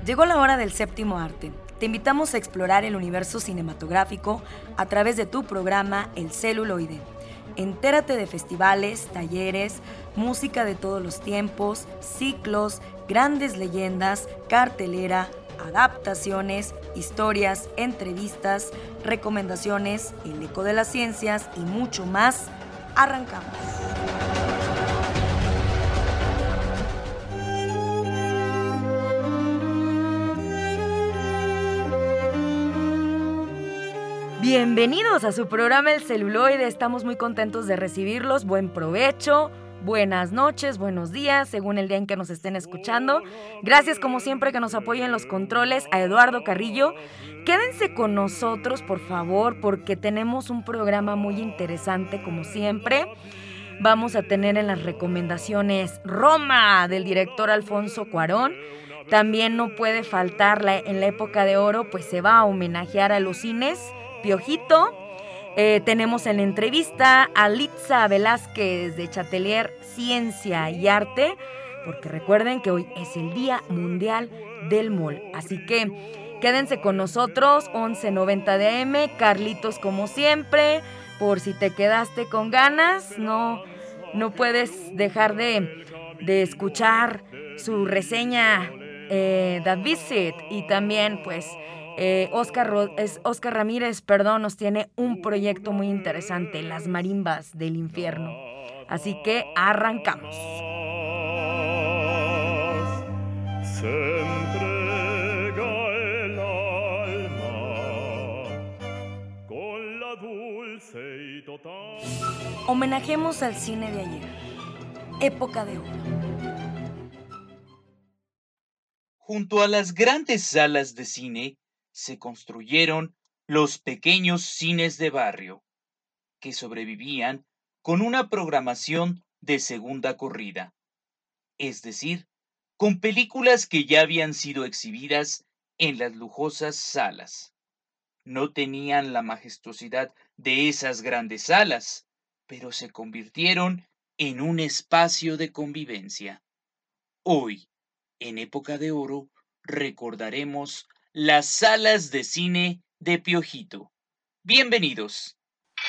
Llegó la hora del séptimo arte. Te invitamos a explorar el universo cinematográfico a través de tu programa El Celuloide. Entérate de festivales, talleres, música de todos los tiempos, ciclos, grandes leyendas, cartelera, adaptaciones, historias, entrevistas, recomendaciones, el eco de las ciencias y mucho más. Arrancamos. Bienvenidos a su programa El Celuloide. Estamos muy contentos de recibirlos. Buen provecho, buenas noches, buenos días, según el día en que nos estén escuchando. Gracias como siempre que nos apoyen los controles a Eduardo Carrillo. Quédense con nosotros, por favor, porque tenemos un programa muy interesante como siempre. Vamos a tener en las recomendaciones Roma, del director Alfonso Cuarón. También no puede faltar en la época de oro, pues se va a homenajear a los cines Piojito. Tenemos en la entrevista a Litza Velázquez de Chatelier Ciencia y Arte, porque recuerden que hoy es el Día Mundial del Mol. Así que quédense con nosotros, 11:90 de AM, Carlitos como siempre. Por si te quedaste con ganas, no puedes dejar de escuchar su reseña The Visit. Y también pues Oscar Ramírez, nos tiene un proyecto muy interesante, Las Marimbas del Infierno. Así que arrancamos. Se entrega el alma con la dulce y total. Homenajemos al cine de ayer, época de oro. Junto a las grandes salas de cine se construyeron los pequeños cines de barrio, que sobrevivían con una programación de segunda corrida, es decir, con películas que ya habían sido exhibidas en las lujosas salas. No tenían la majestuosidad de esas grandes salas, pero se convirtieron en un espacio de convivencia. Hoy, en época de oro, recordaremos las salas de cine de Piojito. Bienvenidos.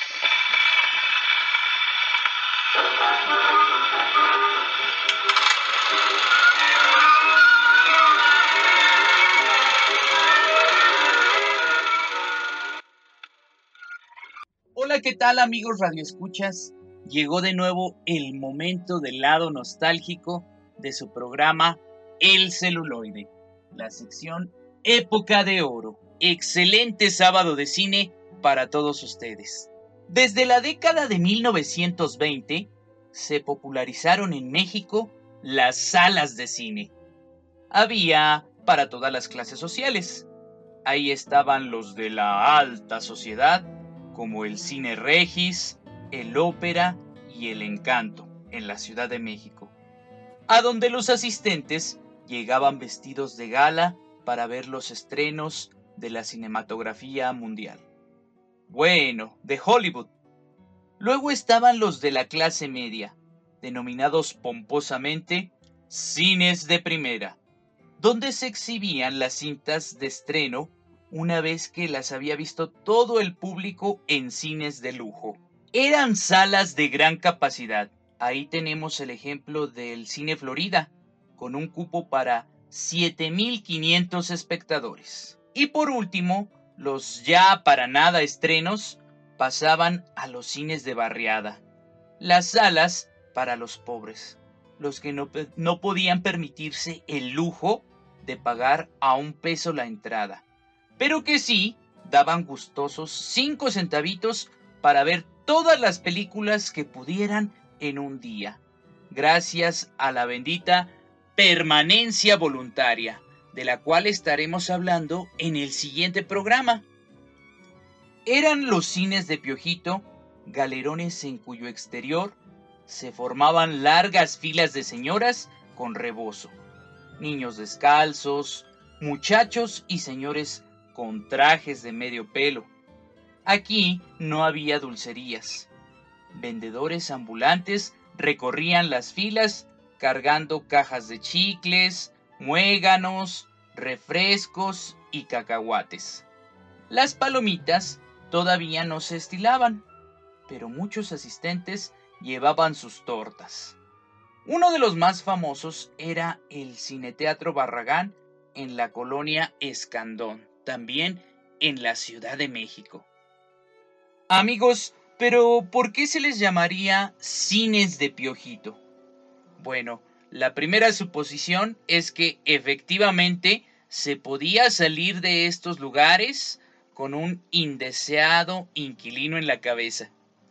Hola, ¿qué tal amigos radioescuchas? Llegó de nuevo el momento del lado nostálgico de su programa El Celuloide, la sección Época de Oro. Excelente sábado de cine para todos ustedes. Desde la década de 1920 se popularizaron en México las salas de cine. Había para todas las clases sociales. Ahí estaban los de la alta sociedad, como el Cine Regis, el Ópera y el Encanto, en la Ciudad de México, a donde los asistentes llegaban vestidos de gala para ver los estrenos de la cinematografía mundial. Bueno, de Hollywood. Luego estaban los de la clase media, denominados pomposamente cines de primera, donde se exhibían las cintas de estreno una vez que las había visto todo el público en cines de lujo. Eran salas de gran capacidad. Ahí tenemos el ejemplo del Cine Florida, con un cupo para 7,500 espectadores. Y por último, los ya para nada estrenos pasaban a los cines de barriada, las salas para los pobres, los que no podían permitirse el lujo de pagar a $1 la entrada, pero que sí daban gustosos 5 centavitos para ver todas las películas que pudieran en un día, gracias a la bendita permanencia voluntaria, de la cual estaremos hablando en el siguiente programa. Eran los cines de Piojito, galerones en cuyo exterior se formaban largas filas de señoras con rebozo, niños descalzos, muchachos y señores con trajes de medio pelo. Aquí no había dulcerías. Vendedores ambulantes recorrían las filas cargando cajas de chicles, muéganos, refrescos y cacahuates. Las palomitas todavía no se estilaban, pero muchos asistentes llevaban sus tortas. Uno de los más famosos era el Cineteatro Barragán en la colonia Escandón, también en la Ciudad de México. Amigos, pero ¿por qué se les llamaría cines de Piojito? Bueno, la primera suposición es que efectivamente se podía salir de estos lugares con un indeseado inquilino en la cabeza.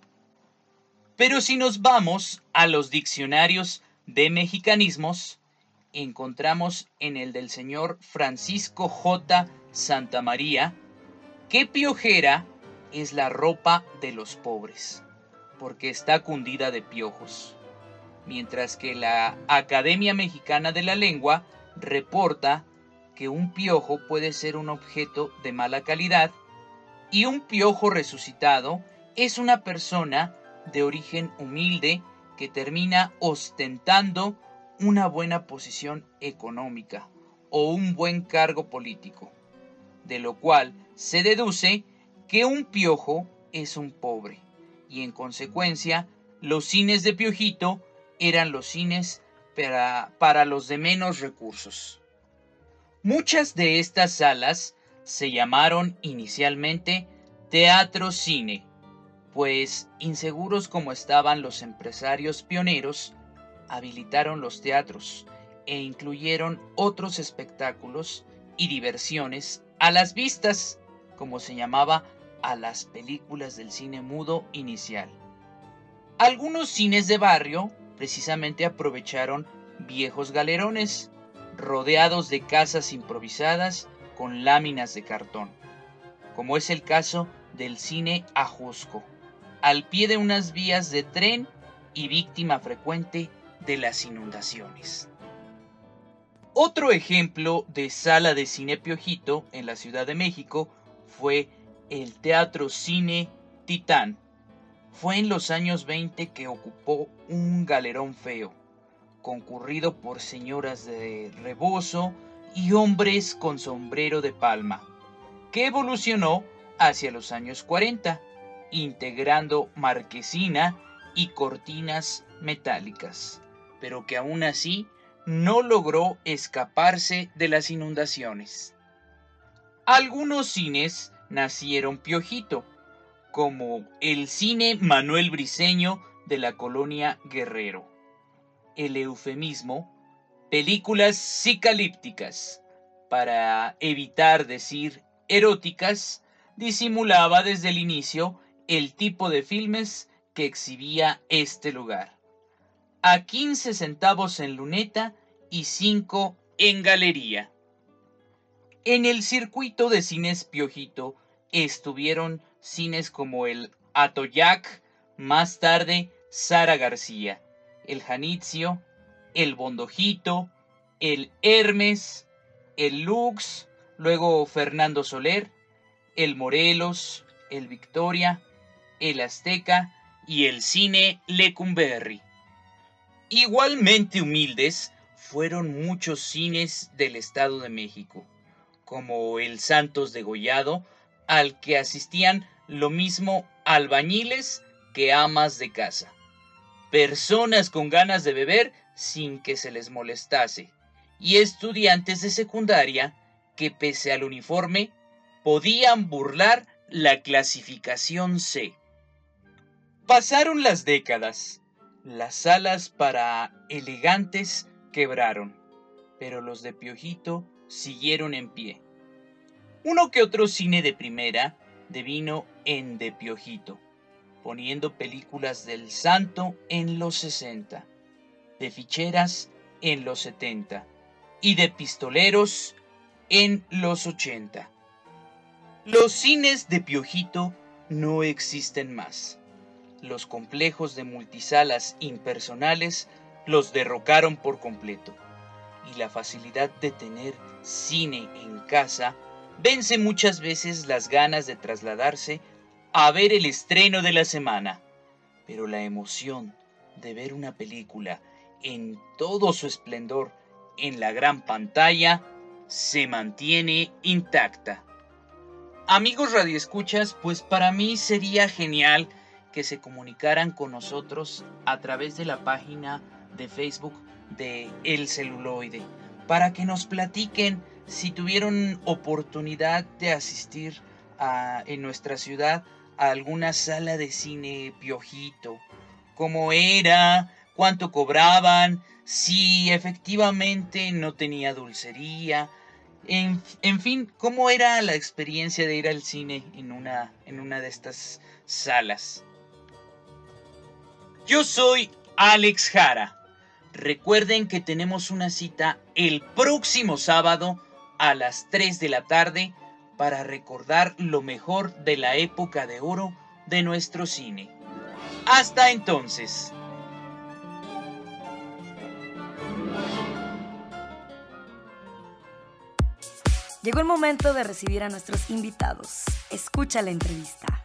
Pero si nos vamos a los diccionarios de mexicanismos, encontramos en el del señor Francisco J. Santamaría que piojera es la ropa de los pobres, porque está cundida de piojos. Mientras que la Academia Mexicana de la Lengua reporta que un piojo puede ser un objeto de mala calidad y un piojo resucitado es una persona de origen humilde que termina ostentando una buena posición económica o un buen cargo político, de lo cual se deduce que un piojo es un pobre y en consecuencia los cines de Piojito eran los cines para los de menos recursos. Muchas de estas salas se llamaron inicialmente Teatro Cine, pues inseguros como estaban los empresarios pioneros, habilitaron los teatros e incluyeron otros espectáculos y diversiones a las vistas, como se llamaba a las películas del cine mudo inicial. Algunos cines de barrio precisamente aprovecharon viejos galerones rodeados de casas improvisadas con láminas de cartón, como es el caso del cine Ajusco, al pie de unas vías de tren y víctima frecuente de las inundaciones. Otro ejemplo de sala de cine Piojito en la Ciudad de México fue el Teatro Cine Titán. Fue en los años 20 que ocupó un galerón feo, concurrido por señoras de rebozo y hombres con sombrero de palma, que evolucionó hacia los años 40, integrando marquesina y cortinas metálicas, pero que aún así no logró escaparse de las inundaciones. Algunos cines nacieron Piojito, como el Cine Manuel Briceño de la colonia Guerrero. El eufemismo, películas psicalípticas, para evitar decir eróticas, disimulaba desde el inicio el tipo de filmes que exhibía este lugar. A 15 centavos en luneta y 5 en galería. En el circuito de cines Piojito estuvieron cines como el Atoyac, más tarde Sara García, el Janitzio, el Bondojito, el Hermes, el Lux, luego Fernando Soler, el Morelos, el Victoria, el Azteca y el Cine Lecumberri. Igualmente humildes fueron muchos cines del Estado de México, como el Santos Degollado, al que asistían lo mismo albañiles que amas de casa, personas con ganas de beber sin que se les molestase, y estudiantes de secundaria que pese al uniforme podían burlar la clasificación C. Pasaron las décadas, las salas para elegantes quebraron, pero los de Piojito siguieron en pie. Uno que otro cine de primera devino en De Piojito, poniendo películas del Santo en los 60, de ficheras en los 70 y de pistoleros en los 80. Los cines de Piojito no existen más. Los complejos de multisalas impersonales los derrocaron por completo, y la facilidad de tener cine en casa vence muchas veces las ganas de trasladarse a ver el estreno de la semana. Pero la emoción de ver una película en todo su esplendor en la gran pantalla se mantiene intacta. Amigos radioescuchas, pues para mí sería genial que se comunicaran con nosotros a través de la página de Facebook de El Celuloide, para que nos platiquen si tuvieron oportunidad de asistir en nuestra ciudad a alguna sala de cine Piojito, cómo era, cuánto cobraban, si efectivamente no tenía dulcería, en fin, cómo era la experiencia de ir al cine en una de estas salas. Yo soy Alex Jara. Recuerden que tenemos una cita el próximo sábado a las 3 de la tarde para recordar lo mejor de la época de oro de nuestro cine. Hasta entonces. Llegó el momento de recibir a nuestros invitados. Escucha la entrevista.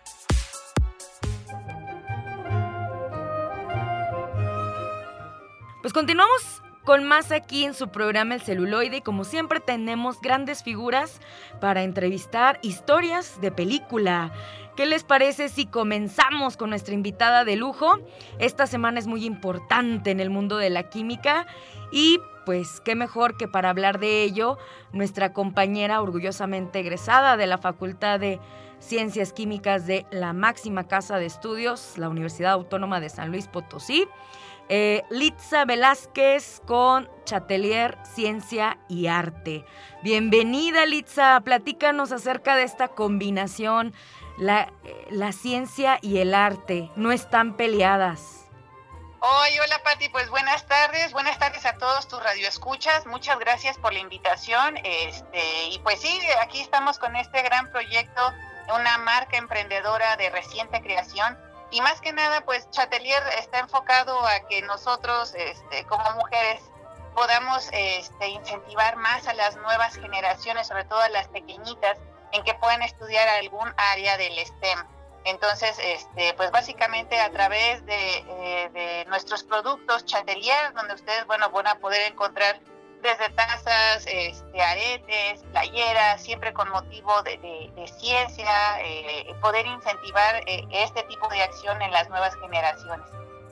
Pues continuamos con más aquí en su programa El Celuloide y como siempre tenemos grandes figuras para entrevistar, historias de película. ¿Qué les parece si comenzamos con nuestra invitada de lujo? Esta semana es muy importante en el mundo de la química y pues qué mejor que para hablar de ello nuestra compañera orgullosamente egresada de la Facultad de Ciencias Químicas de la máxima casa de estudios, la Universidad Autónoma de San Luis Potosí, Litza Velázquez con Chatelier Ciencia y Arte. Bienvenida, Litza, platícanos acerca de esta combinación, la ciencia y el arte, no están peleadas. Hola Pati, pues buenas tardes a todos tus radioescuchas, muchas gracias por la invitación, y pues sí, aquí estamos con este gran proyecto, una marca emprendedora de reciente creación. Y más que nada, pues Chatelier está enfocado a que nosotros, como mujeres, podamos incentivar más a las nuevas generaciones, sobre todo a las pequeñitas, en que puedan estudiar algún área del STEM. Entonces, pues básicamente a través de nuestros productos Chatelier, donde ustedes, van a poder encontrar desde tazas, aretes, playeras, siempre con motivo de ciencia, poder incentivar este tipo de acción en las nuevas generaciones.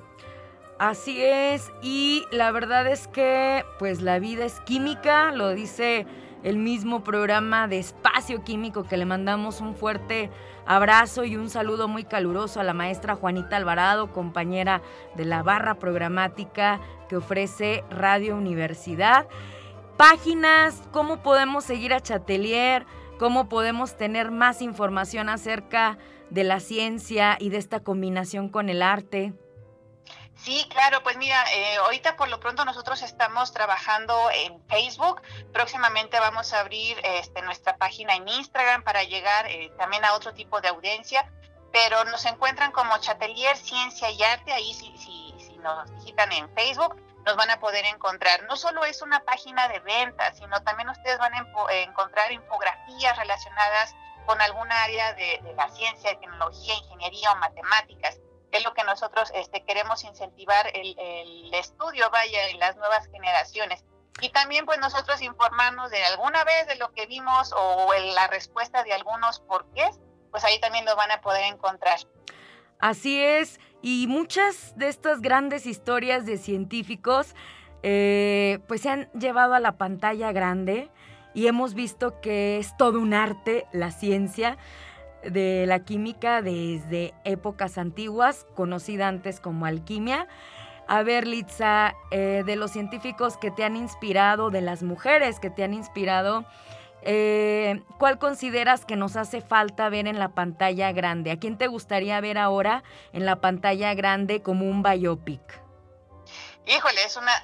Así es, y la verdad es que pues la vida es química, lo dice el mismo programa de Espacio Químico, que le mandamos un fuerte abrazo y un saludo muy caluroso a la maestra Juanita Alvarado, compañera de la barra programática que ofrece Radio Universidad. Páginas, cómo podemos seguir a Chatelier, cómo podemos tener más información acerca de la ciencia y de esta combinación con el arte. Sí, claro, pues mira, ahorita por lo pronto nosotros estamos trabajando en Facebook, próximamente vamos a abrir nuestra página en Instagram para llegar también a otro tipo de audiencia, pero nos encuentran como Chatelier Ciencia y Arte, ahí si nos digitan en Facebook nos van a poder encontrar. No solo es una página de venta, sino también ustedes van a encontrar infografías relacionadas con alguna área de la ciencia, tecnología, ingeniería o matemáticas. Es lo que nosotros queremos incentivar el estudio, en las nuevas generaciones. Y también pues nosotros informarnos de alguna vez de lo que vimos o la respuesta de algunos porqués, pues ahí también lo van a poder encontrar. Así es, y muchas de estas grandes historias de científicos pues se han llevado a la pantalla grande y hemos visto que es todo un arte la ciencia de la química desde épocas antiguas, conocida antes como alquimia. A ver, Litza, de los científicos que te han inspirado, de las mujeres que te han inspirado, ¿cuál consideras que nos hace falta ver en la pantalla grande? ¿A quién te gustaría ver ahora en la pantalla grande como un biopic? Híjole, es una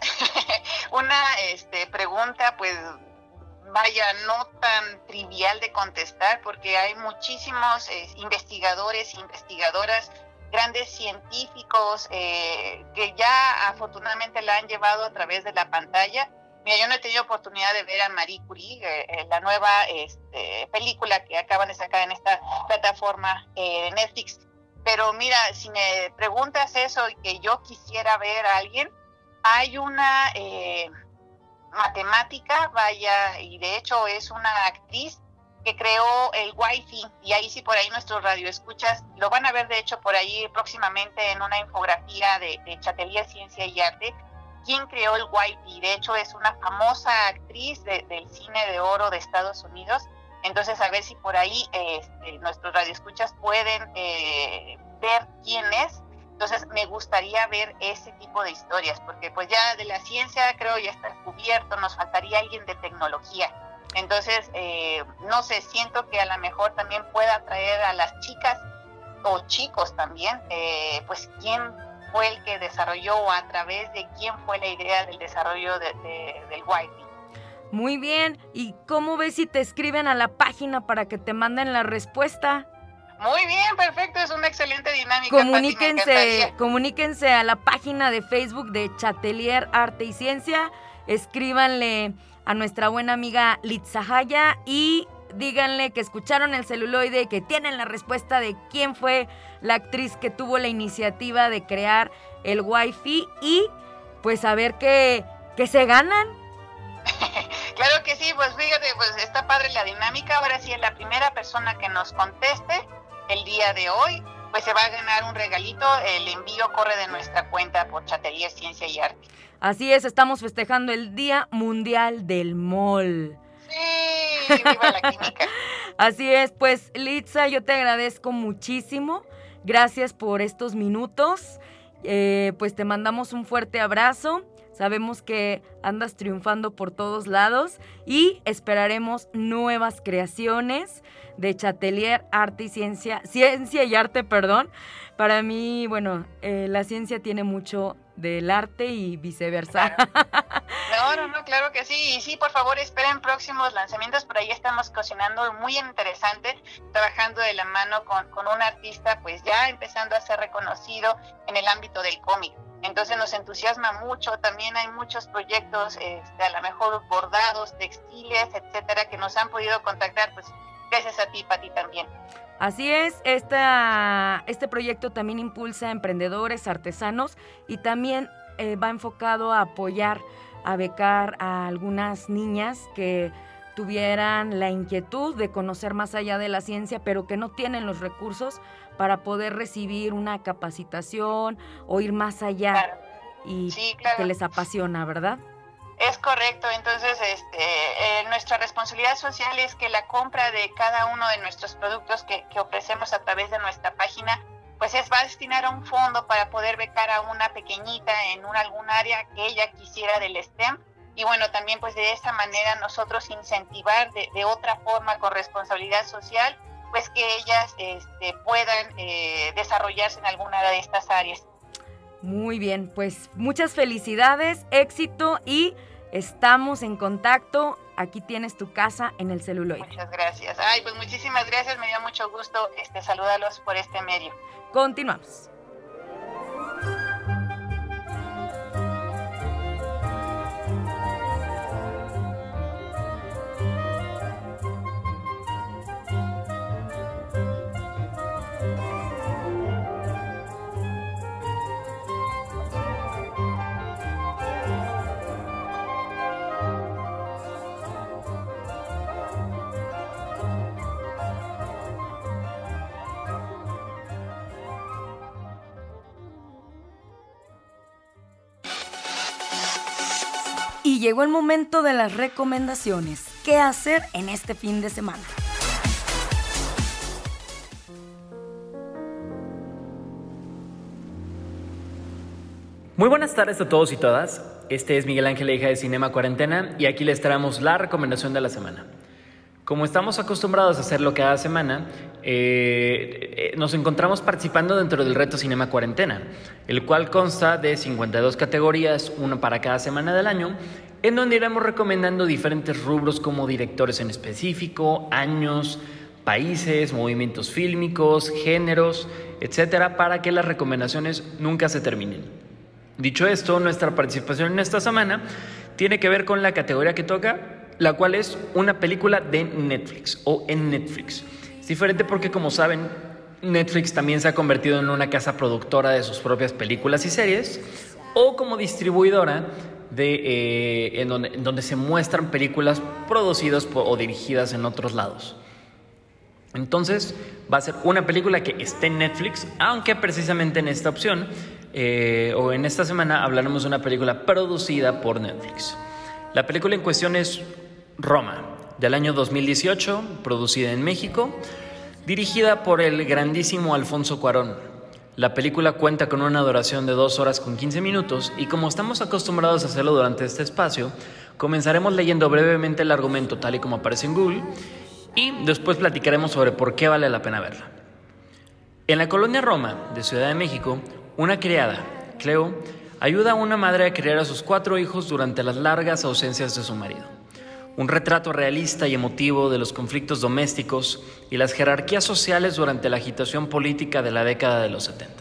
pregunta, pues no tan trivial de contestar, porque hay muchísimos investigadores e investigadoras, grandes científicos que ya afortunadamente la han llevado a través de la pantalla. Mira, yo no he tenido oportunidad de ver a Marie Curie, la nueva película que acaban de sacar en esta plataforma de Netflix. Pero mira, si me preguntas eso y que yo quisiera ver a alguien, hay una matemática, vaya, y de hecho es una actriz que creó el Wi-Fi, y ahí sí por ahí nuestros radioescuchas lo van a ver de hecho por ahí próximamente en una infografía de Chatelier Ciencia y Arte, quién creó el Wi-Fi. De hecho es una famosa actriz del cine de oro de Estados Unidos. Entonces a ver si por ahí nuestros radioescuchas pueden ver quién es. Entonces me gustaría ver ese tipo de historias, porque pues ya de la ciencia creo ya está cubierto, nos faltaría alguien de tecnología. Entonces, no sé, siento que a lo mejor también pueda atraer a las chicas o chicos también, pues quién fue el que desarrolló o a través de quién fue la idea del desarrollo del Wi-Fi. Muy bien, ¿y cómo ves si te escriben a la página para que te manden la respuesta? Muy bien, perfecto, es una excelente dinámica. Comuníquense a la página de Facebook de Chatelier Arte y Ciencia, escríbanle a nuestra buena amiga Litzahaya y díganle que escucharon el celuloide y que tienen la respuesta de quién fue la actriz que tuvo la iniciativa de crear el Wi-Fi y pues a ver qué se ganan. Claro que sí, pues fíjate, pues está padre la dinámica. Ahora sí, la primera persona que nos conteste el día de hoy, pues se va a ganar un regalito. El envío corre de nuestra cuenta por Chatelier Ciencia y Arte. Así es, estamos festejando el Día Mundial del Mol. Sí, viva la química. Así es, pues Litza, yo te agradezco muchísimo. Gracias por estos minutos. Pues te mandamos un fuerte abrazo. Sabemos que andas triunfando por todos lados y esperaremos nuevas creaciones de Chatelier Arte y Ciencia y Arte, perdón. Para mí, bueno, la ciencia tiene mucho del arte y viceversa. No, claro que sí. Y sí, por favor, esperen próximos lanzamientos. Por ahí estamos cocinando muy interesante, trabajando de la mano con un artista, pues ya empezando a ser reconocido en el ámbito del cómic. Entonces nos entusiasma mucho. También hay muchos proyectos, a lo mejor bordados, textiles, etcétera, que nos han podido contactar, pues gracias a ti, Pati, también. Así es, este proyecto también impulsa a emprendedores, artesanos y también va enfocado a apoyar, a becar a algunas niñas que tuvieran la inquietud de conocer más allá de la ciencia, pero que no tienen los recursos para poder recibir una capacitación o ir más allá. Claro. Y sí, claro, que les apasiona, ¿verdad? Es correcto. Entonces nuestra responsabilidad social es que la compra de cada uno de nuestros productos que ofrecemos a través de nuestra página, pues va a destinar a un fondo para poder becar a una pequeñita en algún área que ella quisiera del STEM. Y bueno, también pues de esa manera nosotros incentivar de otra forma con responsabilidad social, pues que ellas puedan desarrollarse en alguna de estas áreas. Muy bien, pues muchas felicidades, éxito y estamos en contacto. Aquí tienes tu casa en el celuloide. Muchas gracias. Ay, pues muchísimas gracias, me dio mucho gusto saludarlos por este medio. Continuamos. Y llegó el momento de las recomendaciones. ¿Qué hacer en este fin de semana? Muy buenas tardes a todos y todas. Este es Miguel Ángel, hija de Cinema Cuarentena, y aquí les traemos la recomendación de la semana. Como estamos acostumbrados a hacerlo cada semana, nos encontramos participando dentro del reto Cinema Cuarentena, el cual consta de 52 categorías, una para cada semana del año, en donde iremos recomendando diferentes rubros como directores en específico, años, países, movimientos fílmicos, géneros, etcétera, para que las recomendaciones nunca se terminen. Dicho esto, nuestra participación en esta semana tiene que ver con la categoría que toca, la cual es una película de Netflix o en Netflix. Es diferente porque, como saben, Netflix también se ha convertido en una casa productora de sus propias películas y series, o como distribuidora en donde se muestran películas producidas o dirigidas en otros lados. Entonces va a ser una película que esté en Netflix, aunque precisamente en esta opción o en esta semana hablaremos de una película producida por Netflix. La película en cuestión es Roma, del año 2018, producida en México, dirigida por el grandísimo Alfonso Cuarón. La película cuenta con una duración de 2 horas con 15 minutos y como estamos acostumbrados a hacerlo durante este espacio, comenzaremos leyendo brevemente el argumento tal y como aparece en Google y después platicaremos sobre por qué vale la pena verla. En la colonia Roma de Ciudad de México, una criada, Cleo, ayuda a una madre a criar a sus 4 hijos durante las largas ausencias de su marido. Un retrato realista y emotivo de los conflictos domésticos y las jerarquías sociales durante la agitación política de la década de los 70.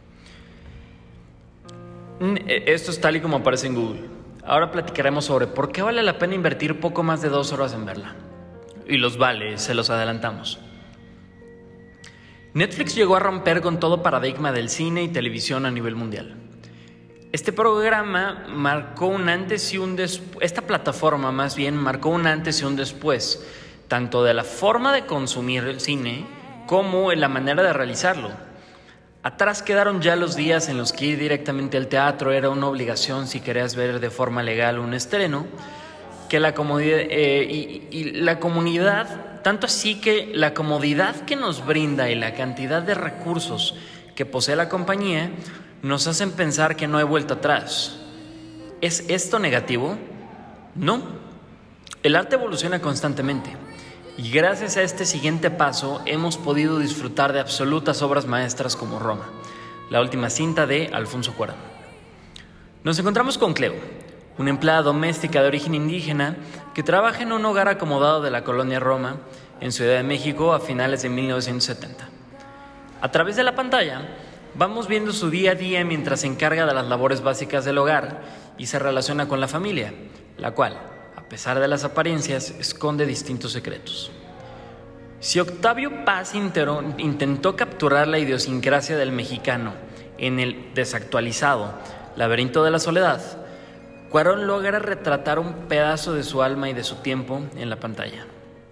Esto es tal y como aparece en Google. Ahora platicaremos sobre por qué vale la pena invertir poco más de 2 horas en verla. Y los vale, se los adelantamos. Netflix llegó a romper con todo paradigma del cine y televisión a nivel mundial. Este programa marcó un antes y un después. Esta plataforma más bien marcó un antes y un después, tanto de la forma de consumir el cine como en la manera de realizarlo. Atrás quedaron ya los días en los que ir directamente al teatro era una obligación si querías ver de forma legal un estreno, que la comodidad y la comunidad, tanto así que la comodidad que nos brinda y la cantidad de recursos que posee la compañía nos hacen pensar que no hay vuelta atrás. ¿Es esto negativo? No. El arte evoluciona constantemente y gracias a este siguiente paso hemos podido disfrutar de absolutas obras maestras como Roma, la última cinta de Alfonso Cuarón. Nos encontramos con Cleo, una empleada doméstica de origen indígena que trabaja en un hogar acomodado de la colonia Roma en Ciudad de México a finales de 1970. A través de la pantalla vamos viendo su día a día mientras se encarga de las labores básicas del hogar y se relaciona con la familia, la cual, a pesar de las apariencias, esconde distintos secretos. Si Octavio Paz intentó capturar la idiosincrasia del mexicano en el desactualizado Laberinto de la Soledad, Cuarón logra retratar un pedazo de su alma y de su tiempo en la pantalla.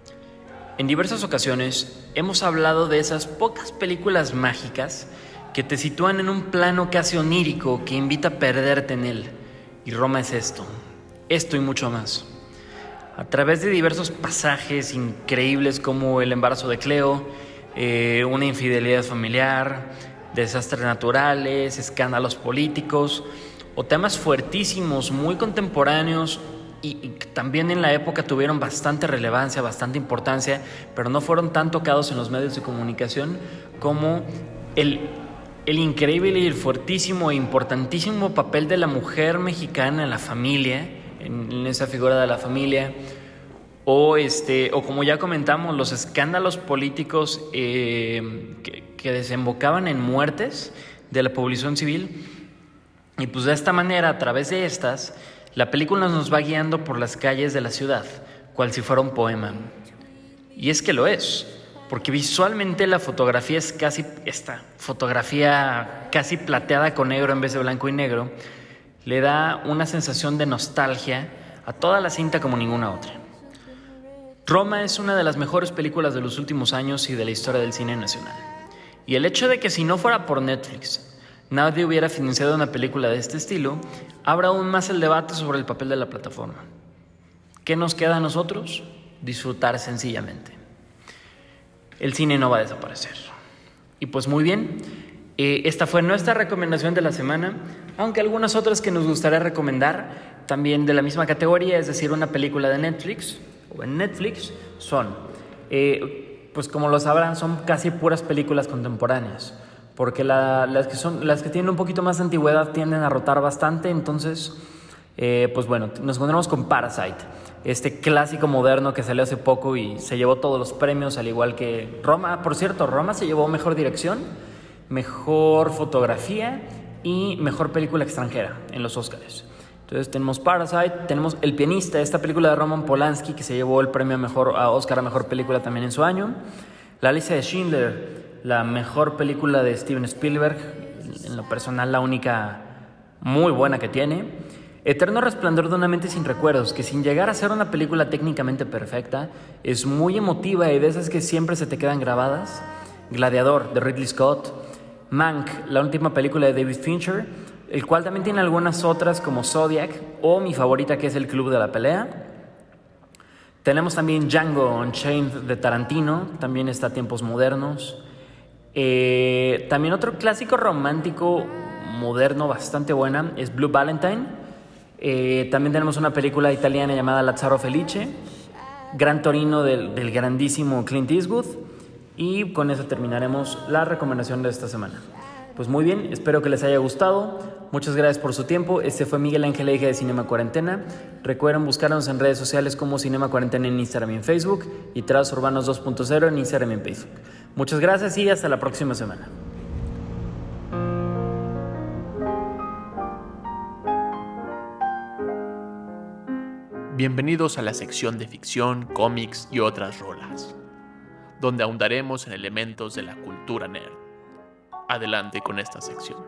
En diversas ocasiones hemos hablado de esas pocas películas mágicas que te sitúan en un plano casi onírico que invita a perderte en él. Y Roma es esto y mucho más. A través de diversos pasajes increíbles como el embarazo de Cleo, una infidelidad familiar, desastres naturales, escándalos políticos o temas fuertísimos, muy contemporáneos y también en la época tuvieron bastante relevancia, bastante importancia, pero no fueron tan tocados en los medios de comunicación como el increíble y el fuertísimo e importantísimo papel de la mujer mexicana en la familia, en esa figura de la familia, o como ya comentamos, los escándalos políticos que desembocaban en muertes de la población civil. Y pues de esta manera, a través de estas, la película nos va guiando por las calles de la ciudad, cual si fuera un poema. Y es que lo es, porque visualmente la fotografía es casi esta fotografía casi plateada con negro en vez de blanco y negro, le da una sensación de nostalgia a toda la cinta como ninguna otra. Roma es una de las mejores películas de los últimos años y de la historia del cine nacional. Y el hecho de que si no fuera por Netflix, nadie hubiera financiado una película de este estilo, abre aún más el debate sobre el papel de la plataforma. ¿Qué nos queda a nosotros? Disfrutar sencillamente. El cine no va a desaparecer. Y pues muy bien, esta fue nuestra recomendación de la semana, aunque algunas otras que nos gustaría recomendar, también de la misma categoría, es decir, una película de Netflix, o en Netflix, son, pues como lo sabrán, son casi puras películas contemporáneas, porque las que tienen un poquito más de antigüedad tienden a rotar bastante, entonces, pues bueno, nos encontramos con Parasite, este clásico moderno que salió hace poco y se llevó todos los premios, al igual que Roma. Por cierto, Roma se llevó mejor dirección, mejor fotografía y mejor película extranjera en los Oscars. Entonces tenemos Parasite, tenemos El pianista, esta película de Roman Polanski que se llevó el premio a Oscar a mejor película también en su año. La lista de Schindler, la mejor película de Steven Spielberg, en lo personal la única muy buena que tiene. Eterno resplandor de una mente sin recuerdos, que sin llegar a ser una película técnicamente perfecta, es muy emotiva y de esas que siempre se te quedan grabadas. Gladiador, de Ridley Scott. Mank, la última película de David Fincher, el cual también tiene algunas otras como Zodiac o mi favorita, que es El Club de la Pelea. Tenemos también Django Unchained de Tarantino, también está Tiempos Modernos. También otro clásico romántico moderno bastante buena es Blue Valentine. También tenemos una película italiana llamada Lazzaro Felice, Gran Torino del grandísimo Clint Eastwood. Y con eso terminaremos la recomendación de esta semana. Pues muy bien, espero que les haya gustado. Muchas gracias por su tiempo. Este fue Miguel Ángel Eija de Cinema Cuarentena. Recuerden buscarnos en redes sociales como Cinema Cuarentena en Instagram y en Facebook, y Trazos Urbanos 2.0 en Instagram y en Facebook. Muchas gracias y hasta la próxima semana. Bienvenidos a la sección de ficción, cómics y otras rolas, donde ahondaremos en elementos de la cultura nerd. Adelante con esta sección.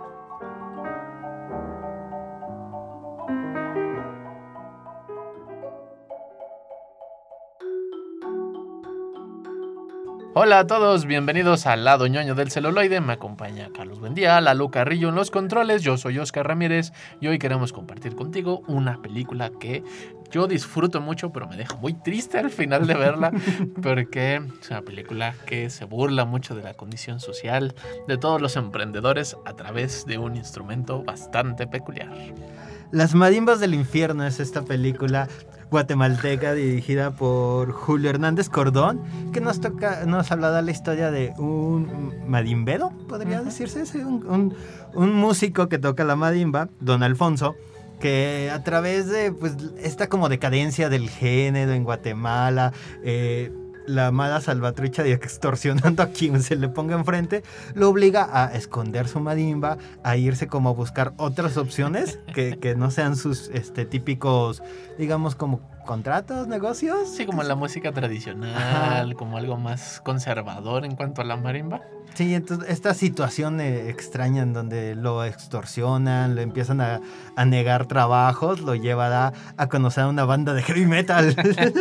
Hola a todos, bienvenidos al lado ñoño del celuloide. Me acompaña Carlos Buendía, Lalo Carrillo en los controles. Yo soy Oscar Ramírez y hoy queremos compartir contigo una película que yo disfruto mucho, pero me deja muy triste al final de verla, porque es una película que se burla mucho de la condición social de todos los emprendedores a través de un instrumento bastante peculiar. Las Marimbas del Infierno es esta película guatemalteca dirigida por Julio Hernández Cordón, que nos habla de la historia de un marimbero, podría decirse, un músico que toca la marimba, Don Alfonso, que a través de pues esta como decadencia del género en Guatemala, la mala salvatrucha de extorsionando a quien se le ponga enfrente, lo obliga a esconder su marimba, a irse como a buscar otras opciones que no sean sus típicos, digamos, como contratos, negocios. Sí, como la música tradicional, ajá, como algo más conservador en cuanto a la marimba. Sí, entonces esta situación extraña en donde lo extorsionan, le empiezan a negar trabajos, lo llevará a conocer a una banda de heavy metal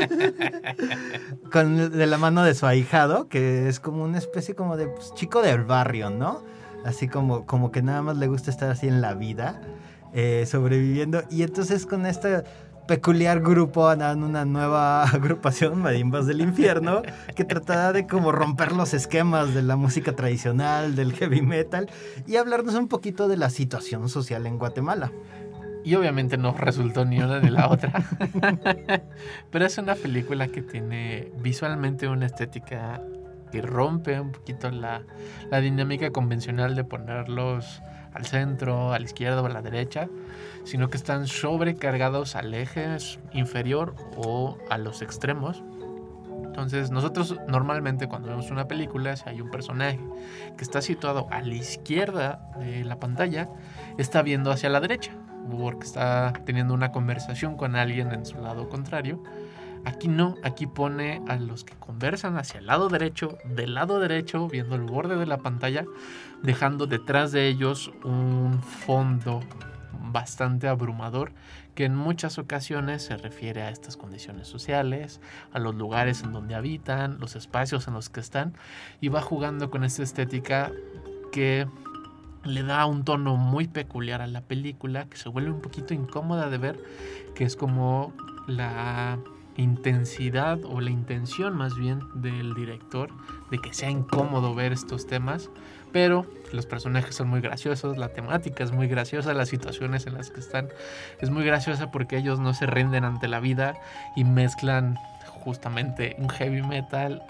de la mano de su ahijado, que es como una especie como de pues, chico del barrio, ¿no? Así como que nada más le gusta estar así en la vida, sobreviviendo. Y entonces con esta peculiar grupo harán una nueva agrupación, Marimbas del Infierno, que tratará de como romper los esquemas de la música tradicional, del heavy metal, y hablarnos un poquito de la situación social en Guatemala. Y obviamente no resultó ni una ni la otra. Pero es una película que tiene visualmente una estética que rompe un poquito la dinámica convencional de ponerlos al centro, a la izquierda o a la derecha, sino que están sobrecargados al eje inferior o a los extremos. Entonces nosotros normalmente cuando vemos una película, si hay un personaje que está situado a la izquierda de la pantalla, está viendo hacia la derecha, porque está teniendo una conversación con alguien en su lado contrario. Aquí no, aquí pone a los que conversan hacia el lado derecho, del lado derecho, viendo el borde de la pantalla, dejando detrás de ellos un fondo bastante abrumador que en muchas ocasiones se refiere a estas condiciones sociales, a los lugares en donde habitan, los espacios en los que están, y va jugando con esta estética que le da un tono muy peculiar a la película, que se vuelve un poquito incómoda de ver, que es como la intensidad o la intención más bien del director de que sea incómodo ver estos temas, pero los personajes son muy graciosos, la temática es muy graciosa, las situaciones en las que están es muy graciosa porque ellos no se rinden ante la vida y mezclan justamente un heavy metal,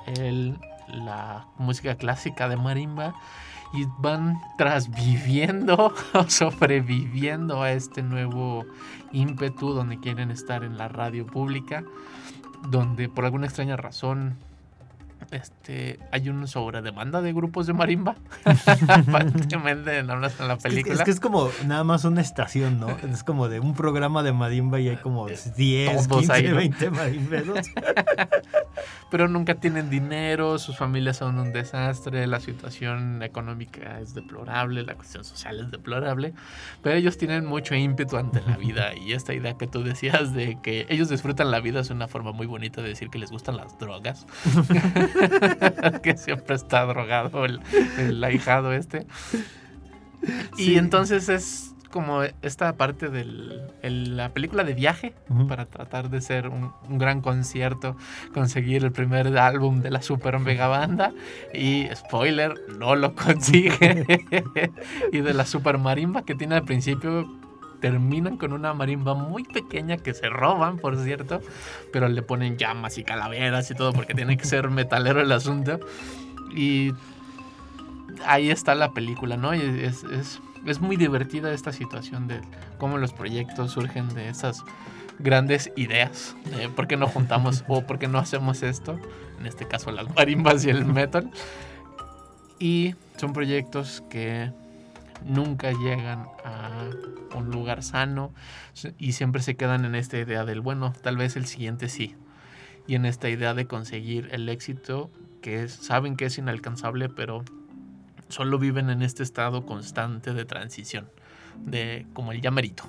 la música clásica de marimba, y van transviviendo o sobreviviendo a este nuevo ímpetu donde quieren estar en la radio pública, donde por alguna extraña razón hay una sobredemanda de grupos de marimba. Prácticamente en la película. Es que es como nada más una estación, ¿no? Es como de un programa de marimba y hay como 10, 15, ahí, ¿no? 20 marimberos. Pero nunca tienen dinero, sus familias son un desastre, la situación económica es deplorable, la cuestión social es deplorable, pero ellos tienen mucho ímpetu ante la vida, y esta idea que tú decías de que ellos disfrutan la vida es una forma muy bonita de decir que les gustan las drogas. Que siempre está drogado el ahijado este. Sí. Y entonces es como esta parte de la película de viaje, para tratar de ser un gran concierto, conseguir el primer álbum de la super mega banda, y spoiler, no lo consigue. Y de la super marimba que tiene al principio, terminan con una marimba muy pequeña que se roban, por cierto, pero le ponen llamas y calaveras y todo porque tiene que ser metalero el asunto. Y ahí está la película, ¿no? Y es muy divertida esta situación de cómo los proyectos surgen de esas grandes ideas. ¿Por qué no juntamos o por qué no hacemos esto? En este caso las marimbas y el metal. Y son proyectos que nunca llegan a un lugar sano y siempre se quedan en esta idea del, bueno, tal vez el siguiente sí. Y en esta idea de conseguir el éxito que saben que es inalcanzable, pero solo viven en este estado constante de transición, de como el llamerito.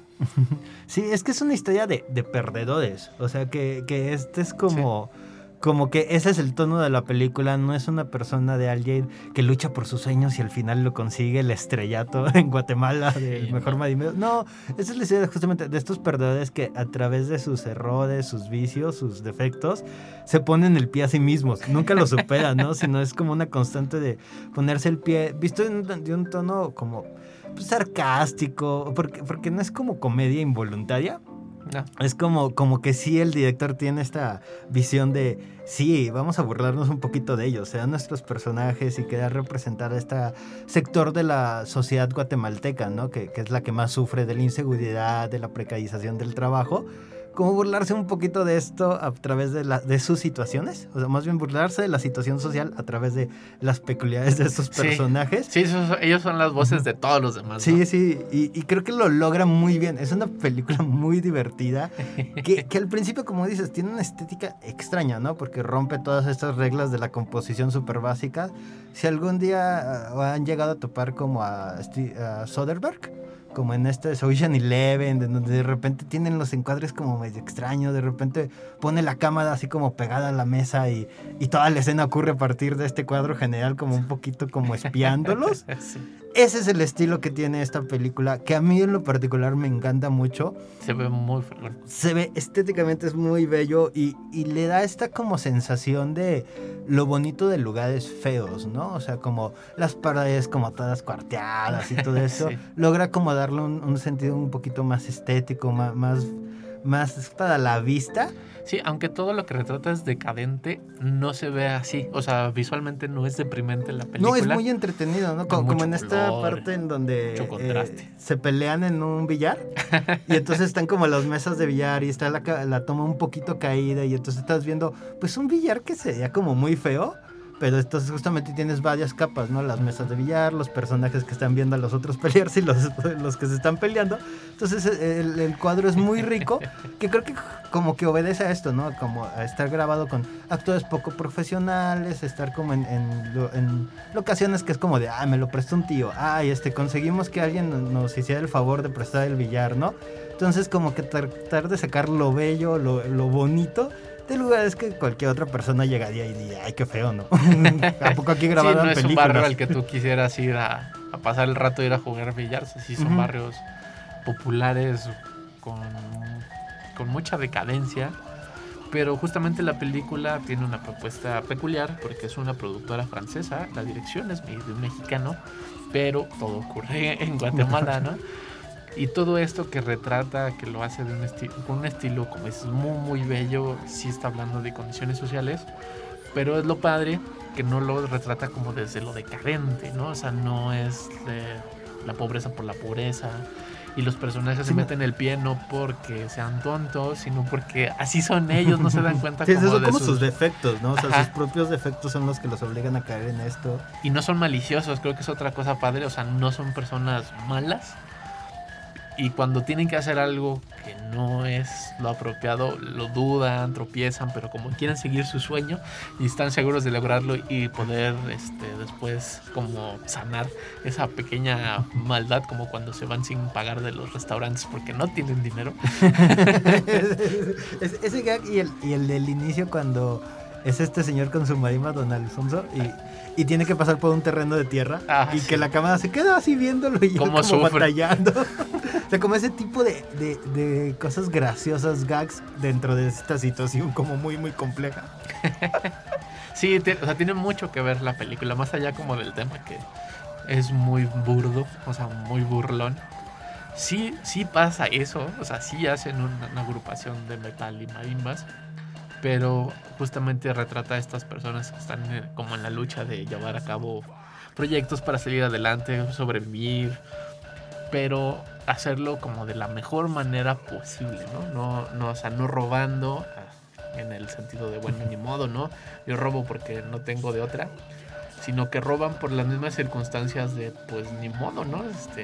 Sí, es que es una historia de perdedores. O sea, que este es como... Sí. Como que ese es el tono de la película. No es una persona de alguien que lucha por sus sueños y al final lo consigue el estrellato en Guatemala del mejor marimbero. No, esa es la historia justamente de estos perdedores que a través de sus errores, sus vicios, sus defectos, se ponen el pie a sí mismos. Nunca lo superan, ¿no? Sino es como una constante de ponerse el pie, visto de un tono como pues, sarcástico, porque no es como comedia involuntaria. No. Es como que sí el director tiene esta visión de sí, vamos a burlarnos un poquito de ellos, sean nuestros personajes, y querer representar a este sector de la sociedad guatemalteca, ¿no? Que es la que más sufre de la inseguridad, de la precarización del trabajo. Como burlarse un poquito de esto a través de sus situaciones, o sea, más bien burlarse de la situación social a través de las peculiaridades de estos personajes. Sí, ellos son las voces de todos los demás, ¿no? Sí, sí, y creo que lo logra muy bien. Es una película muy divertida, que al principio, como dices, tiene una estética extraña, ¿no? Porque rompe todas estas reglas de la composición súper básica. Si algún día han llegado a topar como a Soderbergh, como en este Ocean Eleven, donde de repente tienen los encuadres como medio extraños, de repente pone la cámara así como pegada a la mesa y toda la escena ocurre a partir de este cuadro general como un poquito como espiándolos. Sí. Ese es el estilo que tiene esta película, que a mí en lo particular me encanta mucho. Se ve muy fregón. Se ve estéticamente, es muy bello y le da esta como sensación de lo bonito de lugares feos, ¿no? O sea, como las paredes como todas cuarteadas y todo eso. Sí. Logra como darle un sentido un poquito más estético, más para la vista. Sí, aunque todo lo que retrata es decadente, no se ve así. O sea, visualmente no es deprimente la película. No, es muy entretenido, ¿no? Como en esta parte en donde se pelean en un billar y entonces están como las mesas de billar y está la toma un poquito caída y entonces estás viendo pues un billar que se veía como muy feo. Pero entonces justamente tienes varias capas, ¿no? Las mesas de billar, los personajes que están viendo a los otros pelearse y los que se están peleando. Entonces el cuadro es muy rico, que creo que como que obedece a esto, ¿no? Como a estar grabado con actores poco profesionales, estar como en locaciones que es como de, me lo prestó un tío, conseguimos que alguien nos hiciera el favor de prestar el billar, ¿no? Entonces como que tratar de sacar lo bello, lo bonito de lugares que cualquier otra persona llegaría y diría, ay, qué feo, ¿no? ¿A poco aquí grabaron películas? Sí, no es un barrio al que tú quisieras ir a pasar el rato, ir a jugar billar. Sí, son barrios populares con mucha decadencia. Pero justamente la película tiene una propuesta peculiar porque es una productora francesa, la dirección es de un mexicano, pero todo ocurre en Guatemala, ¿no? Y todo esto que retrata, que lo hace con un estilo como es muy, muy bello, sí está hablando de condiciones sociales, pero es lo padre que no lo retrata como desde lo decadente, ¿no? O sea, no es la pobreza por la pobreza. Y los personajes se meten el pie no porque sean tontos, sino porque así son ellos, no se dan cuenta sí, como son de como sus defectos, ¿no? O sea, Ajá. sus propios defectos son los que los obligan a caer en esto. Y no son maliciosos, creo que es otra cosa padre, o sea, no son personas malas. Y cuando tienen que hacer algo que no es lo apropiado, lo dudan, tropiezan, pero como quieren seguir su sueño y están seguros de lograrlo y poder después como sanar esa pequeña maldad, como cuando se van sin pagar de los restaurantes porque no tienen dinero. Ese gag y el del inicio cuando es este señor con su marimba, don Alfonso, y tiene que pasar por un terreno de tierra y sí. que la cámara se queda así viéndolo y ¿Cómo como sufre? batallando. O sea, como ese tipo de cosas graciosas, gags dentro de esta situación como muy, muy compleja. Sí, o sea, tiene mucho que ver la película, más allá como del tema que es muy burdo, o sea, muy burlón. Sí pasa eso, o sea, sí hacen una agrupación de metal y marimbas, pero justamente retrata a estas personas que están como en la lucha de llevar a cabo proyectos para salir adelante, sobrevivir, pero hacerlo como de la mejor manera posible, ¿no? O sea, no robando en el sentido de, bueno, ni modo, ¿no? Yo robo porque no tengo de otra, sino que roban por las mismas circunstancias de, pues, ni modo, ¿no?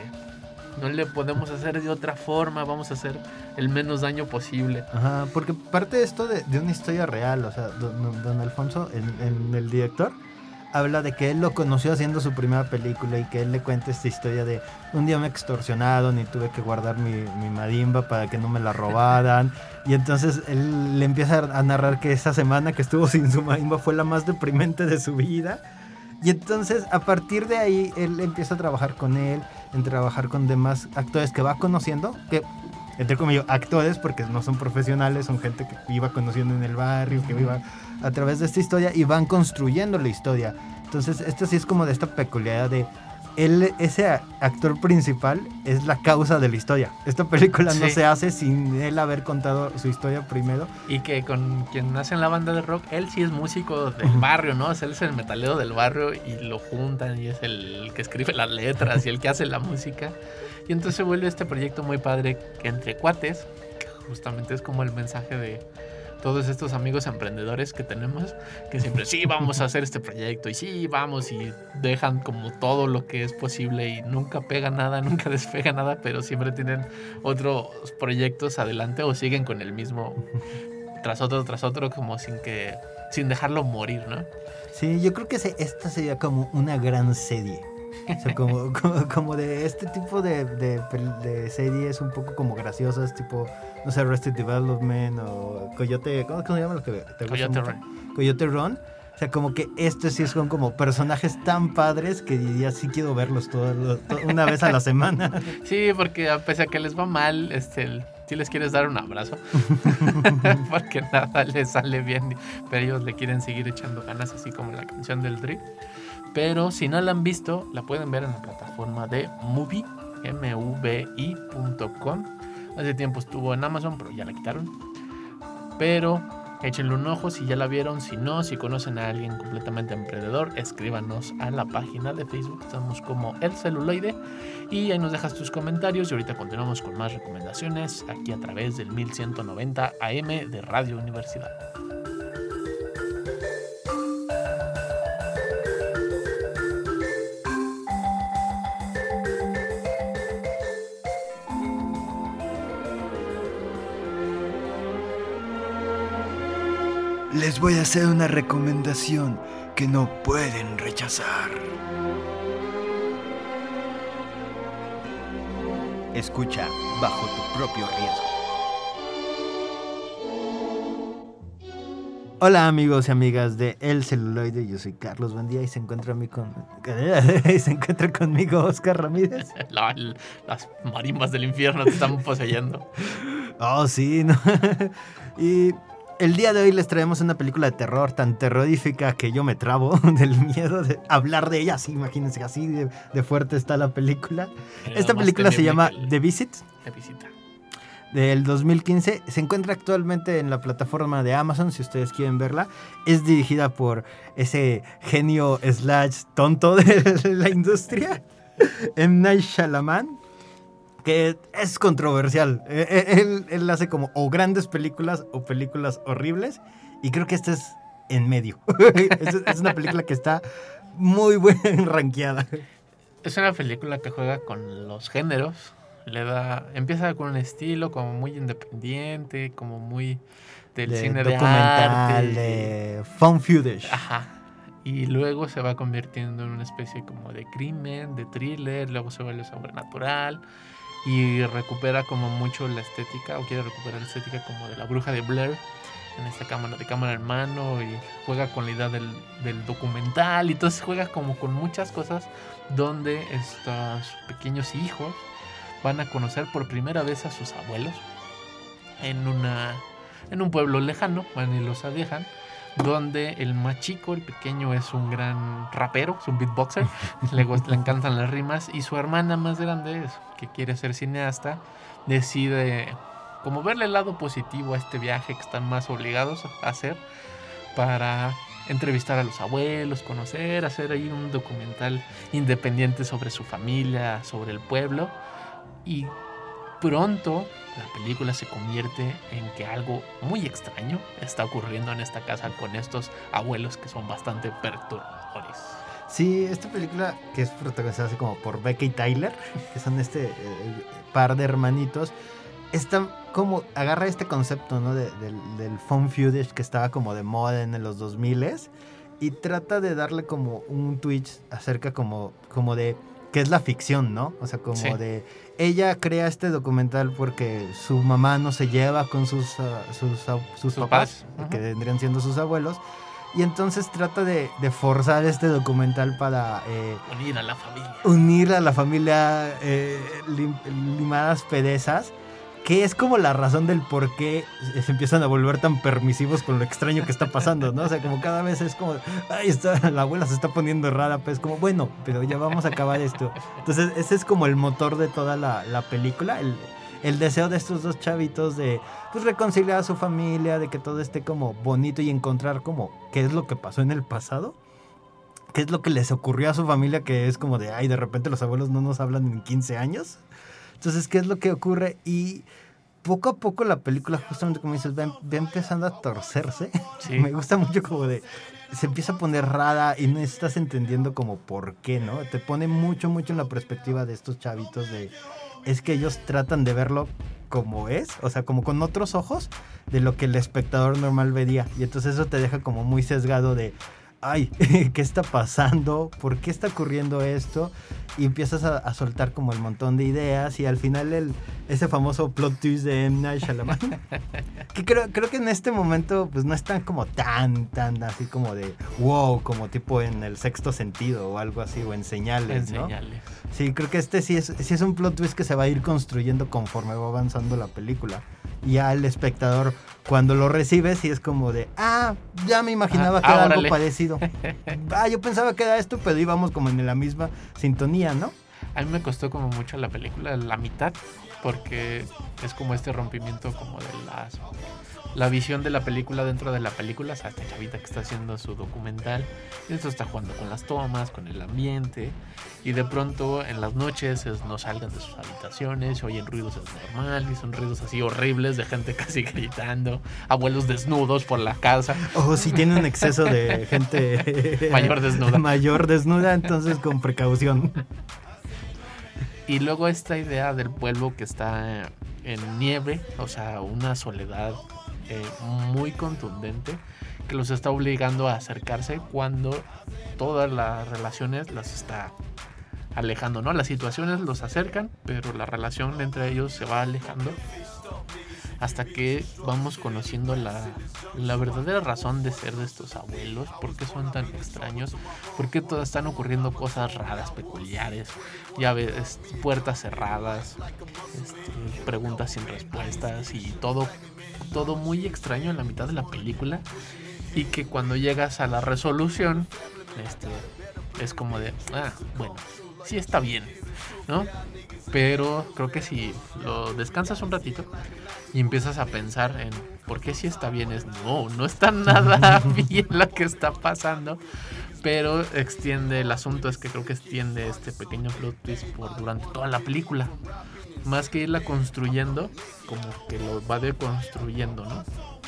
No le podemos hacer de otra forma, vamos a hacer el menos daño posible. Ajá, porque parte de esto de una historia real, o sea, don Alfonso, el director, habla de que él lo conoció haciendo su primera película y que él le cuenta esta historia de un día me extorsionaron y tuve que guardar mi marimba para que no me la robaran. Y entonces él le empieza a narrar que esa semana que estuvo sin su marimba fue la más deprimente de su vida. Y entonces a partir de ahí él empieza a trabajar con él, en trabajar con demás actores que va conociendo, que entre comillas actores porque no son profesionales, son gente que iba conociendo en el barrio, que iba a través de esta historia y van construyendo la historia. Entonces esto sí es como de esta peculiaridad de él, ese actor principal es la causa de la historia. Esta película no se hace sin él haber contado su historia primero. Y que con quien hace en la banda de rock, él sí es músico del barrio, ¿no? O sea, él es el metalero del barrio y lo juntan y es el que escribe las letras y el que hace la música. Y entonces se vuelve este proyecto muy padre que entre cuates, que justamente es como el mensaje de todos estos amigos emprendedores que tenemos, que siempre sí vamos a hacer este proyecto y sí vamos y dejan como todo lo que es posible y nunca pega nada, nunca despega nada, pero siempre tienen otros proyectos adelante o siguen con el mismo tras otro como sin dejarlo morir, ¿no? Sí, yo creo que esta sería como una gran serie. O sea, como de este tipo de series un poco como graciosas, tipo, no sé, Arrested Development o Coyote, ¿cómo se llama lo que te gusta mucho? Coyote Run. O sea, como que sí son como personajes tan padres que diría, sí quiero verlos una vez a la semana. Sí, porque a pesar que les va mal, sí les quieres dar un abrazo, porque nada les sale bien, pero ellos le quieren seguir echando ganas, así como la canción del Drip. Pero si no la han visto, la pueden ver en la plataforma de Mubi, mubi.com. Hace tiempo estuvo en Amazon, pero ya la quitaron. Pero échenle un ojo si ya la vieron. Si no, si conocen a alguien completamente emprendedor, escríbanos a la página de Facebook. Estamos como El Celuloide. Y ahí nos dejas tus comentarios. Y ahorita continuamos con más recomendaciones aquí a través del 1190 AM de Radio Universidad. Les voy a hacer una recomendación que no pueden rechazar. Escucha bajo tu propio riesgo. Hola amigos y amigas de El Celuloide, yo soy Carlos Buendía y se encuentra conmigo Oscar Ramírez. Las marimbas del infierno te están poseyendo. Oh, sí, ¿no? Y el día de hoy les traemos una película de terror tan terrorífica que yo me trabo del miedo de hablar de ella. Así, imagínense, así de fuerte está la película. Esta película se llama The Visit. The Visita. Del 2015. Se encuentra actualmente en la plataforma de Amazon, si ustedes quieren verla. Es dirigida por ese genio / tonto de la industria. M. Night Shyamalan, que es controversial. Él hace como o grandes películas o películas horribles, y creo que esta es en medio. Es una película que está muy bien rankeada. Es una película que juega con los géneros. Empieza con un estilo como muy independiente, como muy del cine documental, de arte, de found footage. Ajá. Y luego se va convirtiendo en una especie como de crimen, de thriller, luego se vuelve sobrenatural y recupera como mucho la estética, o quiere recuperar la estética como de La Bruja de Blair, en esta cámara en mano, y juega con la idea del documental, y entonces juega como con muchas cosas donde estos pequeños hijos van a conocer por primera vez a sus abuelos en un pueblo lejano, van y los dejan, donde el más chico, el pequeño, es un gran rapero, es un beatboxer, le encantan las rimas, y su hermana más grande, que quiere ser cineasta, decide como verle el lado positivo a este viaje que están más obligados a hacer, para entrevistar a los abuelos, conocer, hacer ahí un documental independiente sobre su familia, sobre el pueblo. Y pronto la película se convierte en que algo muy extraño está ocurriendo en esta casa con estos abuelos que son bastante perturbadores. Sí, esta película, que es protagonizada así como por Becca y Tyler, que son par de hermanitos, como agarra este concepto, ¿no? del found footage que estaba como de moda en los 2000s, y trata de darle como un twist acerca como de qué es la ficción, ¿no? O sea, como sí, de ella crea este documental porque su mamá no se lleva con sus papás, que vendrían siendo sus abuelos, y entonces trata de forzar este documental para unir a la familia, limadas perezas, que es como la razón del por qué se empiezan a volver tan permisivos con lo extraño que está pasando, ¿no? O sea, como cada vez es como, la abuela se está poniendo rara, pues como, bueno, pero ya vamos a acabar esto. Entonces, ese es como el motor de toda la película, el deseo de estos dos chavitos de pues reconciliar a su familia, de que todo esté como bonito y encontrar como qué es lo que pasó en el pasado, qué es lo que les ocurrió a su familia, que es como de, de repente los abuelos no nos hablan en 15 años. Entonces, ¿qué es lo que ocurre? Y poco a poco la película, justamente como dices, va empezando a torcerse. Sí. Me gusta mucho como se empieza a poner rara y no estás entendiendo como por qué, ¿no? Te pone mucho en la perspectiva de estos chavitos es que ellos tratan de verlo como es, o sea, como con otros ojos de lo que el espectador normal vería. Y entonces eso te deja como muy sesgado de, ¿qué está pasando? ¿Por qué está ocurriendo esto? Y empiezas a soltar como el montón de ideas, y al final ese famoso plot twist de M. Night Shyamalan, que creo que en este momento pues no es tan así como de wow, como tipo en El Sexto Sentido o algo así, o en Señales, ¿no? Sí, creo que sí es un plot twist que se va a ir construyendo conforme va avanzando la película. Y ya el espectador, cuando lo recibe, sí es como de, ya me imaginaba que era algo parecido. Yo pensaba que era esto, pero íbamos como en la misma sintonía, ¿no? A mí me costó como mucho la película, la mitad, porque es como este rompimiento como de la visión de la película dentro de la película. O sea, esta chavita que está haciendo su documental, y esto está jugando con las tomas, con el ambiente, y de pronto en las noches no salgan de sus habitaciones, oyen ruidos normal, y son ruidos así horribles de gente casi gritando, abuelos desnudos por la casa. Si tienen un exceso de gente mayor desnuda, entonces con precaución. Y luego esta idea del pueblo que está en nieve, o sea, una soledad muy contundente, que los está obligando a acercarse cuando todas las relaciones las está alejando, ¿no? Las situaciones los acercan, pero la relación entre ellos se va alejando, hasta que vamos conociendo la verdadera razón de ser de estos abuelos, por qué son tan extraños, por qué todas están ocurriendo cosas raras, peculiares, llaves, puertas cerradas, preguntas sin respuestas, y todo muy extraño en la mitad de la película, y que cuando llegas a la resolución es como de, bueno, sí está bien, ¿no? Pero creo que si lo descansas un ratito y empiezas a pensar en por qué sí está bien, no está nada bien lo que está pasando, Pero extiende, el asunto es que creo que extiende este pequeño plot twist durante toda la película. Más que irla construyendo, como que lo va deconstruyendo, ¿no?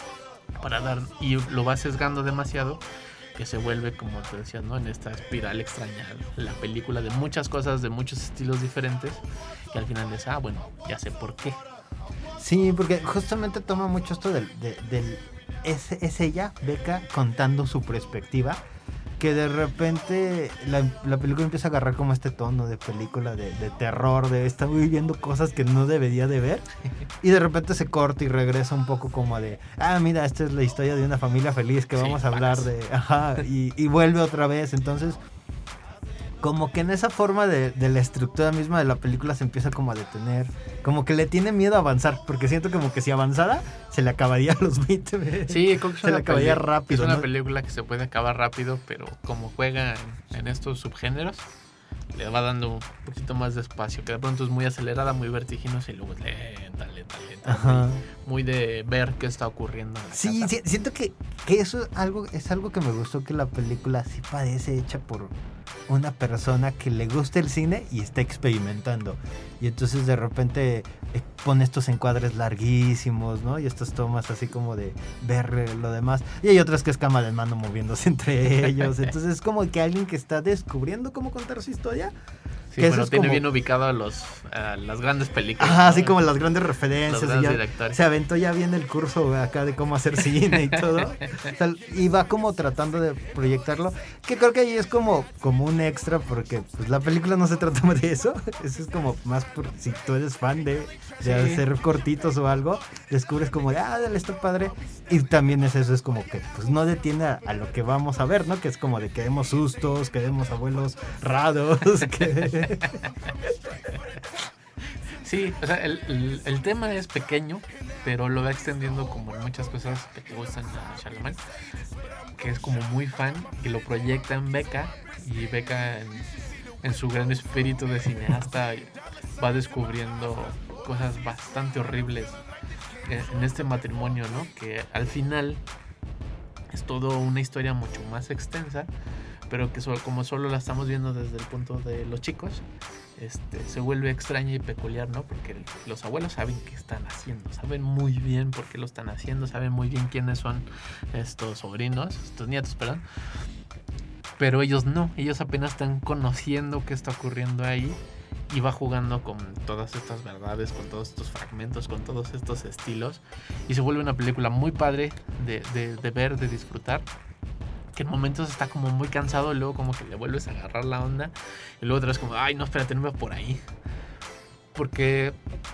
Y lo va sesgando demasiado, que se vuelve, como te decía, ¿no? En esta espiral extraña, la película de muchas cosas, de muchos estilos diferentes, que al final es, bueno, ya sé por qué. Sí, porque justamente toma mucho esto es ella, Becca, contando su perspectiva, que de repente la película empieza a agarrar como este tono de película de terror, de estar viviendo cosas que no debería de ver, y de repente se corta y regresa un poco como de, mira, esta es la historia de una familia feliz que vamos a hablar de, y vuelve otra vez. Entonces como que en esa forma de la estructura misma de la película se empieza como a detener, como que le tiene miedo a avanzar, porque siento como que si avanzara se le acabaría los 20. Sí, creo que se le acabaría rápido. Es una película que se puede acabar rápido, pero como juega en estos subgéneros, le va dando un poquito más de espacio, que de pronto es muy acelerada, muy vertiginosa y luego es lenta. Muy de ver qué está ocurriendo. Sí, siento que eso es algo que me gustó, que la película sí parece hecha por una persona que le gusta el cine y está experimentando. Y entonces de repente pone estos encuadres larguísimos, ¿no? Y estas tomas así como de ver lo demás. Y hay otras que es cámara en mano moviéndose entre ellos. Entonces es como que alguien que está descubriendo cómo contar su historia. Sí, pero tiene bien ubicado a las grandes películas. Ajá, ¿no? Así como las grandes referencias. Los grandes directores. Se aventó ya bien el curso acá de cómo hacer cine y todo. O sea, y va como tratando de proyectarlo. Que creo que ahí es como un extra, porque pues la película no se trata de eso. Eso es como más por si tú eres fan de hacer cortitos o algo. Descubres como de, dale, está padre. Y también eso, es como que pues no detiene a lo que vamos a ver, ¿no? Que es como de que demos sustos, que demos abuelos raros, que... Sí, o sea, el tema es pequeño, pero lo va extendiendo como en muchas cosas que te gustan a Charlemagne, que es como muy fan, que lo proyecta en Becca, y Becca en su gran espíritu de cineasta va descubriendo cosas bastante horribles en este matrimonio, ¿no? Que al final es todo una historia mucho más extensa, pero que como solo la estamos viendo desde el punto de los chicos, se vuelve extraña y peculiar, ¿no? Porque los abuelos saben qué están haciendo, saben muy bien por qué lo están haciendo, saben muy bien quiénes son estos nietos, perdón. Pero ellos no, ellos apenas están conociendo qué está ocurriendo ahí, y va jugando con todas estas verdades, con todos estos fragmentos, con todos estos estilos, y se vuelve una película muy padre de ver, de disfrutar, que en momentos está como muy cansado y luego como que le vuelves a agarrar la onda y luego otra vez como, no, espérate, no me voy por ahí, porque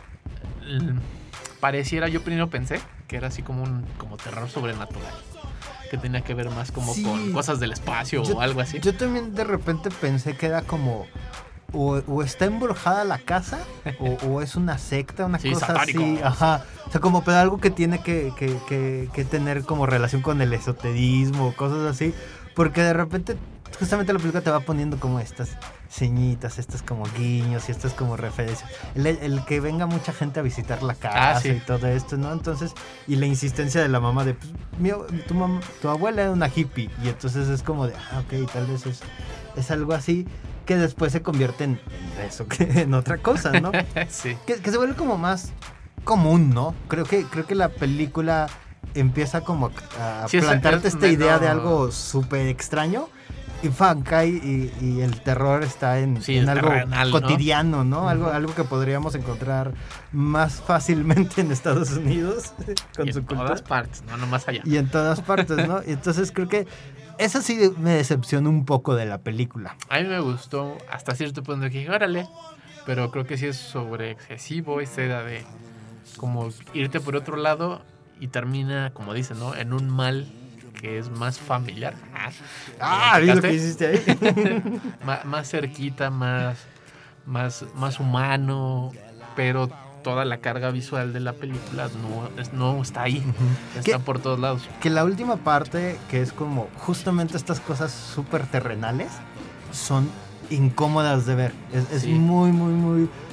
pareciera, yo primero pensé que era así como terror sobrenatural, que tenía que ver más como con cosas del espacio o algo así. Yo también de repente pensé que era como o está embrujada la casa o es una secta, una cosa satánico. Así, ajá. O sea, como pero algo que tiene que tener como relación con el esoterismo, cosas así, porque de repente justamente la película te va poniendo como estas ceñitas, estas como guiños y estas como referencias. El que venga mucha gente a visitar la casa y todo esto, ¿no? Entonces, y la insistencia de la mamá de, pues, tu abuela era una hippie, y entonces es como de, ok, tal vez es algo así, que después se convierte en eso, que en otra cosa, ¿no? Sí. Que se vuelve como más común, ¿no? Creo que la película empieza como a plantarte esta idea de algo súper extraño, y cae y el terror está en algo terrenal, cotidiano, ¿no? Algo que podríamos encontrar más fácilmente en Estados Unidos con su cultura. En todas partes, no más allá. Y en todas partes, ¿no? Y entonces creo que eso sí me decepcionó un poco de la película. A mí me gustó hasta cierto punto, que dije, órale, pero creo que sí es sobre excesivo esa idea de como irte por otro lado y termina, como dicen, ¿no? En un mal que es más familiar. ¿Vi lo que hiciste ahí? más cerquita, más humano, pero toda la carga visual de la película no está ahí. Está por todos lados. Que la última parte, que es como justamente estas cosas súper terrenales, son incómodas de ver. Es muy, muy, muy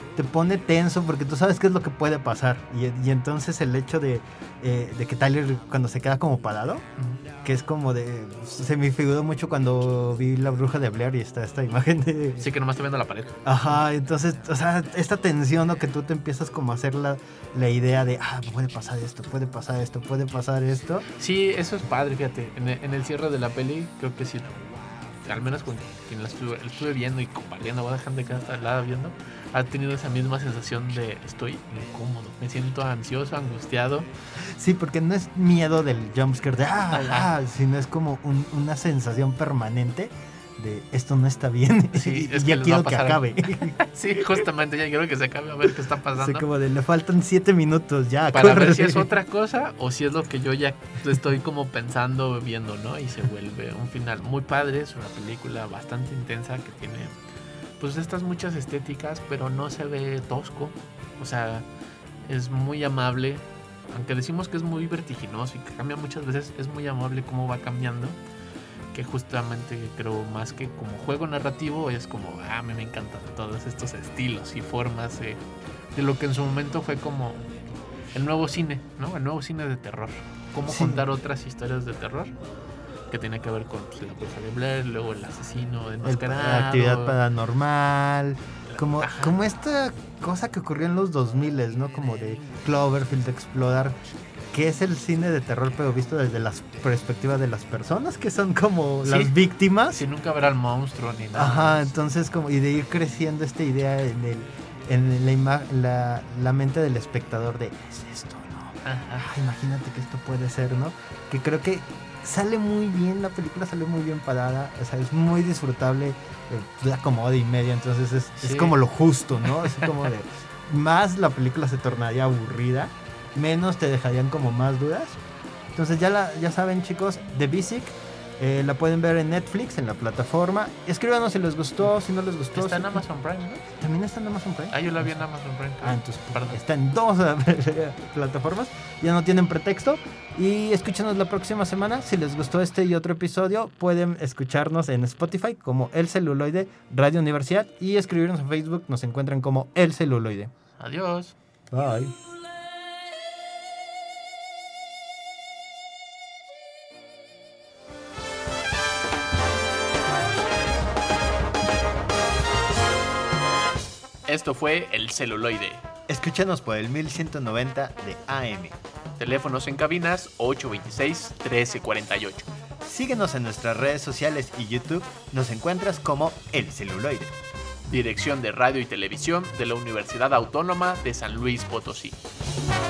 te pone tenso porque tú sabes qué es lo que puede pasar. Y entonces el hecho de que Tyler cuando se queda como parado, que es como de... Se me figuró mucho cuando vi La Bruja de Blair y está esta imagen de... Sí, que nomás está viendo la pared. Ajá, entonces, o sea, esta tensión, ¿no? Que tú te empiezas como a hacer la idea de, puede pasar esto, puede pasar esto, puede pasar esto. Sí, eso es padre, fíjate. En el cierre de la peli, creo que sí. Al menos con quien la estuve viendo y compartiendo, voy a dejar de cada lado viendo, ha tenido esa misma sensación de estoy incómodo, me siento ansioso, angustiado. Sí, porque no es miedo del jumpscare de sino es como una sensación permanente de esto no está bien. Sí, es ya quiero que acabe. Sí, justamente ya quiero que se acabe, a ver qué está pasando. Sí, como de le faltan 7 minutos ya. Para ver si es otra cosa o si es lo que yo ya estoy como pensando, viendo, ¿no? Y se vuelve un final muy padre. Es una película bastante intensa que tiene pues estas muchas estéticas, pero no se ve tosco. O sea, es muy amable. Aunque decimos que es muy vertiginoso y que cambia muchas veces, es muy amable cómo va cambiando. Que justamente creo más que como juego narrativo es como, a mí me encantan todos estos estilos y formas de lo que en su momento fue como el nuevo cine, ¿no? El nuevo cine de terror. Cómo contar otras historias de terror que tiene que ver con pues, la Bruja de Blair, luego el asesino enmascarado, la actividad paranormal, como esta cosa que ocurrió en los 2000, ¿no? Como de Cloverfield, de explorar que es el cine de terror, pero visto desde la perspectiva de las personas que son como las víctimas. Sin nunca ver al monstruo ni nada. Ajá, entonces como y de ir creciendo esta idea en la mente del espectador de es esto, ¿no? Imagínate que esto puede ser, ¿no? Que creo que sale muy bien, la película sale muy bien parada, o sea, es muy disfrutable, dura como hora y media, entonces es como lo justo, ¿no? Es como de más la película se tornaría aburrida, menos te dejarían como más dudas. Entonces ya saben, chicos, The Basic la pueden ver en Netflix, en la plataforma. Escríbanos si les gustó, si no les gustó. Está en Amazon Prime, ¿no? ¿También está en Amazon Prime? Yo la vi en Amazon Prime. Entonces está en 2 plataformas. Ya no tienen pretexto. Y escúchanos la próxima semana. Si les gustó este y otro episodio, pueden escucharnos en Spotify como El Celuloide Radio Universidad y escribirnos en Facebook. Nos encuentran como El Celuloide. Adiós. Bye. Esto fue El Celuloide. Escúchanos por el 1190 de AM. Teléfonos en cabinas 826-1348. Síguenos en nuestras redes sociales y YouTube. Nos encuentras como El Celuloide. Dirección de Radio y Televisión de la Universidad Autónoma de San Luis Potosí.